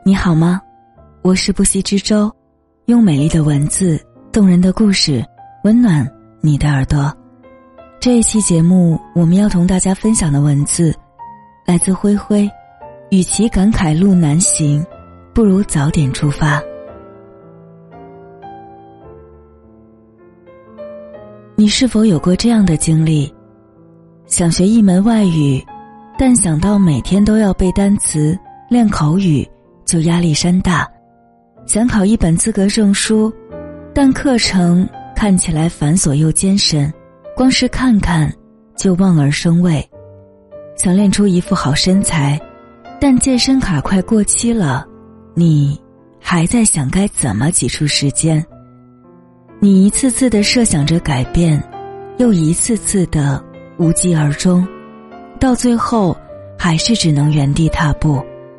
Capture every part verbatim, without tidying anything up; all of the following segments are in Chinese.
你好吗？我是不息之舟，用美丽的文字、动人的故事温暖你的耳朵。这一期节目我们要同大家分享的文字来自灰灰，与其感慨路难行，不如早点出发。你是否有过这样的经历？想学一门外语，但想到每天都要背单词、练口语，就压力山大。想考一本资格证书，但课程看起来繁琐又艰深，光是看看就望而生畏。想练出一副好身材，但健身卡快过期了，你还在想该怎么挤出时间。你一次次地设想着改变，又一次次地无疾而终，到最后还是只能原地踏步。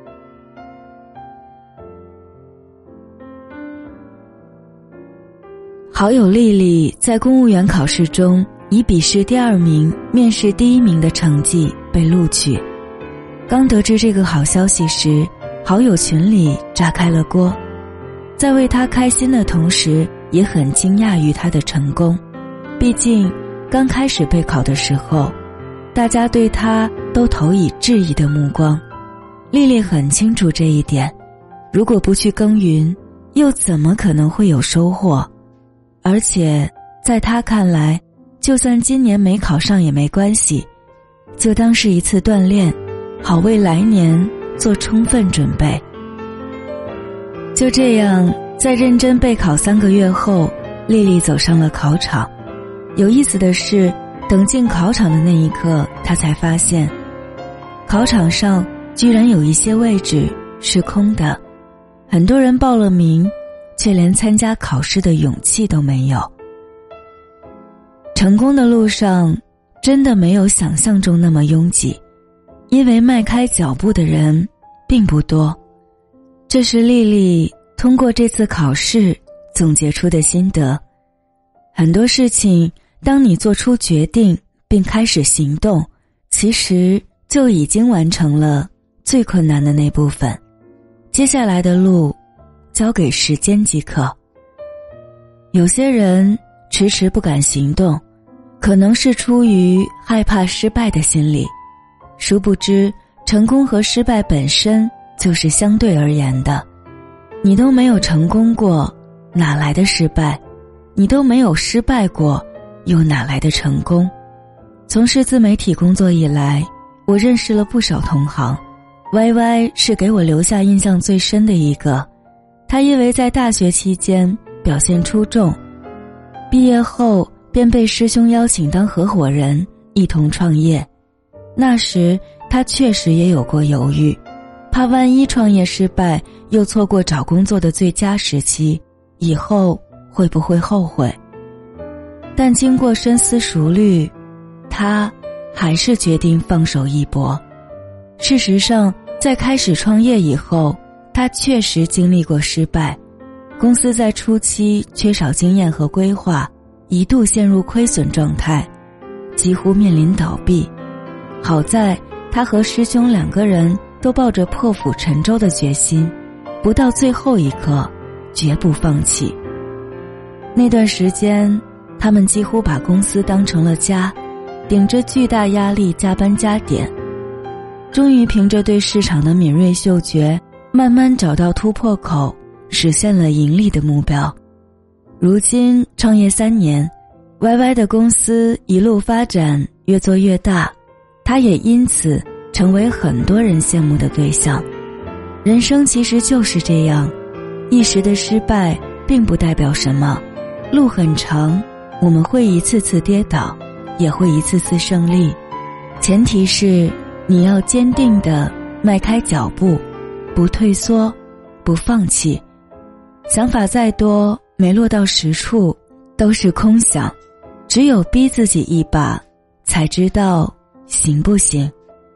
好友丽丽在公务员考试中以笔试第二名、面试第一名的成绩被录取。刚得知这个好消息时，好友群里炸开了锅，在为她开心的同时，也很惊讶于她的成功。毕竟刚开始备考的时候，大家对她都投以质疑的目光。丽丽很清楚这一点，如果不去耕耘，又怎么可能会有收获？而且在她看来，就算今年没考上也没关系，就当是一次锻炼，好为来年做充分准备。就这样，在认真备考三个月后，丽丽走上了考场。有意思的是，等进考场的那一刻，她才发现考场上居然有一些位置是空的，很多人报了名，却连参加考试的勇气都没有。成功的路上真的没有想象中那么拥挤，因为迈开脚步的人并不多。这是丽丽通过这次考试总结出的心得。很多事情，当你做出决定并开始行动，其实就已经完成了最困难的那部分，接下来的路交给时间即可。有些人迟迟不敢行动，可能是出于害怕失败的心理，殊不知成功和失败本身就是相对而言的。你都没有成功过，哪来的失败？你都没有失败过，又哪来的成功？从事自媒体工作以来，我认识了不少同行， Y Y 是给我留下印象最深的一个。他因为在大学期间表现出众，毕业后便被师兄邀请当合伙人，一同创业。那时他确实也有过犹豫，怕万一创业失败，又错过找工作的最佳时期，以后会不会后悔？但经过深思熟虑，他还是决定放手一搏。事实上，在开始创业以后，他确实经历过失败，公司在初期缺少经验和规划，一度陷入亏损状态，几乎面临倒闭。好在他和师兄两个人都抱着破釜沉舟的决心，不到最后一刻绝不放弃。那段时间，他们几乎把公司当成了家，顶着巨大压力加班加点，终于凭着对市场的敏锐嗅觉，慢慢找到突破口，实现了盈利的目标。如今创业三年， Y Y 的公司一路发展，越做越大，他也因此成为很多人羡慕的对象。人生其实就是这样，一时的失败并不代表什么，路很长，我们会一次次跌倒，也会一次次胜利，前提是你要坚定地迈开脚步，不退缩，不放弃。想法再多，没落到实处都是空想，只有逼自己一把，才知道行不行。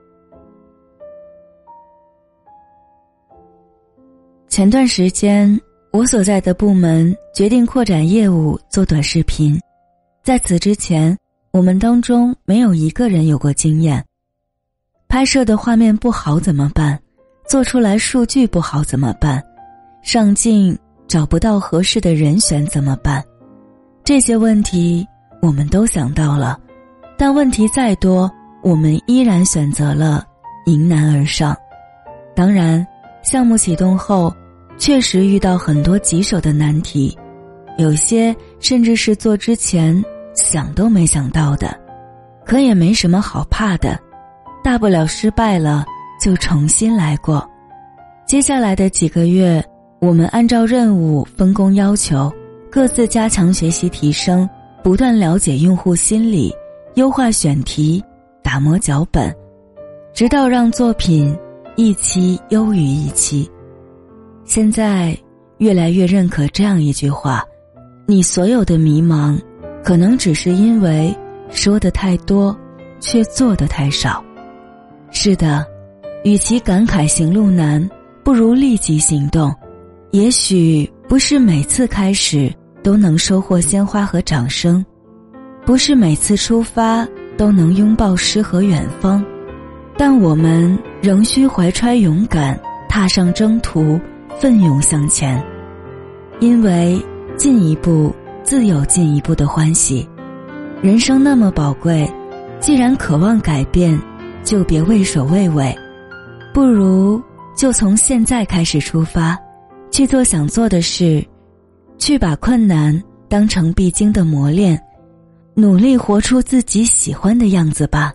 前段时间，我所在的部门决定扩展业务，做短视频。在此之前，我们当中没有一个人有过经验。拍摄的画面不好怎么办？ 做出来数据不好怎么办？上镜找不到合适的人选怎么办？这些问题我们都想到了，但问题再多，我们依然选择了迎难而上。当然，项目启动后确实遇到很多棘手的难题，有些甚至是做之前想都没想到的，可也没什么好怕的，大不了失败了就重新来过。接下来的几个月，我们按照任务分工要求，各自加强学习提升，不断了解用户心理，优化选题，打磨脚本，直到让作品一期优于一期。现在越来越认可这样一句话，你所有的迷茫可能只是因为说得太多却做得太少。是的，与其感慨行路难，不如立即行动。也许不是每次开始都能收获鲜花和掌声，不是每次出发都能拥抱诗和远方，但我们仍需怀揣勇敢，踏上征途，奋勇向前。因为进一步自有进一步的欢喜。人生那么宝贵，既然渴望改变，就别畏首畏尾，不如就从现在开始出发，去做想做的事，去把困难当成必经的磨练，努力活出自己喜欢的样子吧。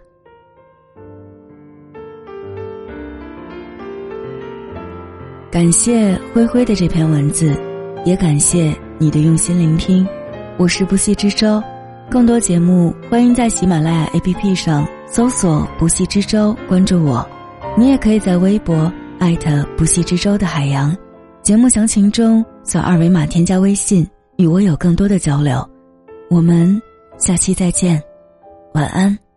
感谢灰灰的这篇文字，也感谢你的用心聆听。我是不息之舟，更多节目欢迎在喜马拉雅 A P P 上搜索不息之舟，关注我。你也可以在微博艾特不息之舟的海洋，节目详情中扫二维码添加微信，与我有更多的交流。我们下期再见，晚安。